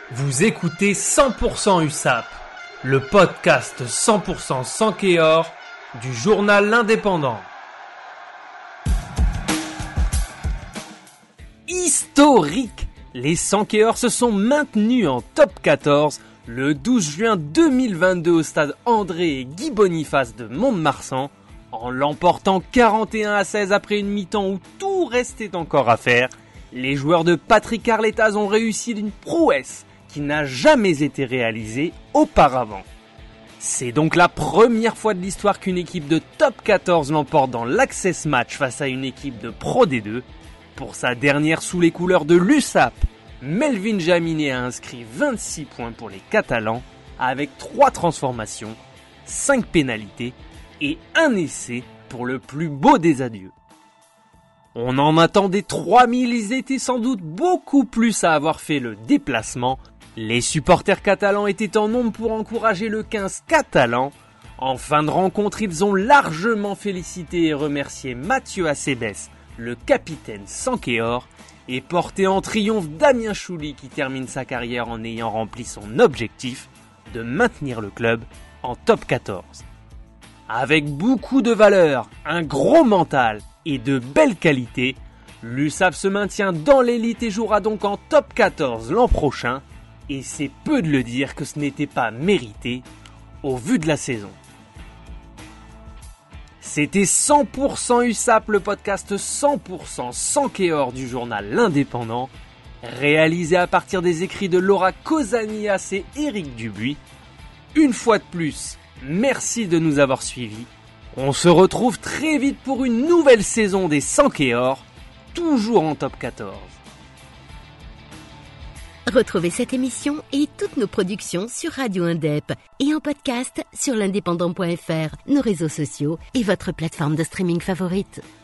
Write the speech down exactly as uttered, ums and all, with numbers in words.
Vous écoutez cent pour cent U S A P, le podcast cent pour cent Sankéor du journal L'Indépendant. Historique! Les Sankéors se sont maintenus en top quatorze le douze juin deux mille vingt-deux au stade André et Guy Boniface de Mont-de-Marsan, en l'emportant quarante et un à seize après une mi-temps où tout restait encore à faire. Les joueurs de Patrick Arletaz ont réussi d'une prouesse qui n'a jamais été réalisée auparavant. C'est donc la première fois de l'histoire qu'une équipe de top quatorze l'emporte dans l'Access Match face à une équipe de Pro D deux. Pour sa dernière sous les couleurs de l'U S A P, Melvin Jaminet a inscrit vingt-six points pour les Catalans avec trois transformations, cinq pénalités et un essai pour le plus beau des adieux. On en attendait trois mille, ils étaient sans doute beaucoup plus à avoir fait le déplacement. Les supporters catalans étaient en nombre pour encourager le quinze catalan. En fin de rencontre, ils ont largement félicité et remercié Mathieu Acebes, le capitaine Sankéor, et porté en triomphe Damien Chouli qui termine sa carrière en ayant rempli son objectif de maintenir le club en top quatorze. Avec beaucoup de valeur, un gros mental et de belles qualités, l'U S A P se maintient dans l'élite et jouera donc en top quatorze l'an prochain, et c'est peu de le dire que ce n'était pas mérité au vu de la saison. C'était cent pour cent U S A P, le podcast cent pour cent Sankéor du journal L'Indépendant, réalisé à partir des écrits de Laura Cosanias et Éric Dubuis. Une fois de plus, merci de nous avoir suivis. On se retrouve très vite pour une nouvelle saison des Sankéor, toujours en top quatorze. Retrouvez cette émission et toutes nos productions sur Radio Indep et en podcast sur l'indépendant point f r, nos réseaux sociaux et votre plateforme de streaming favorite.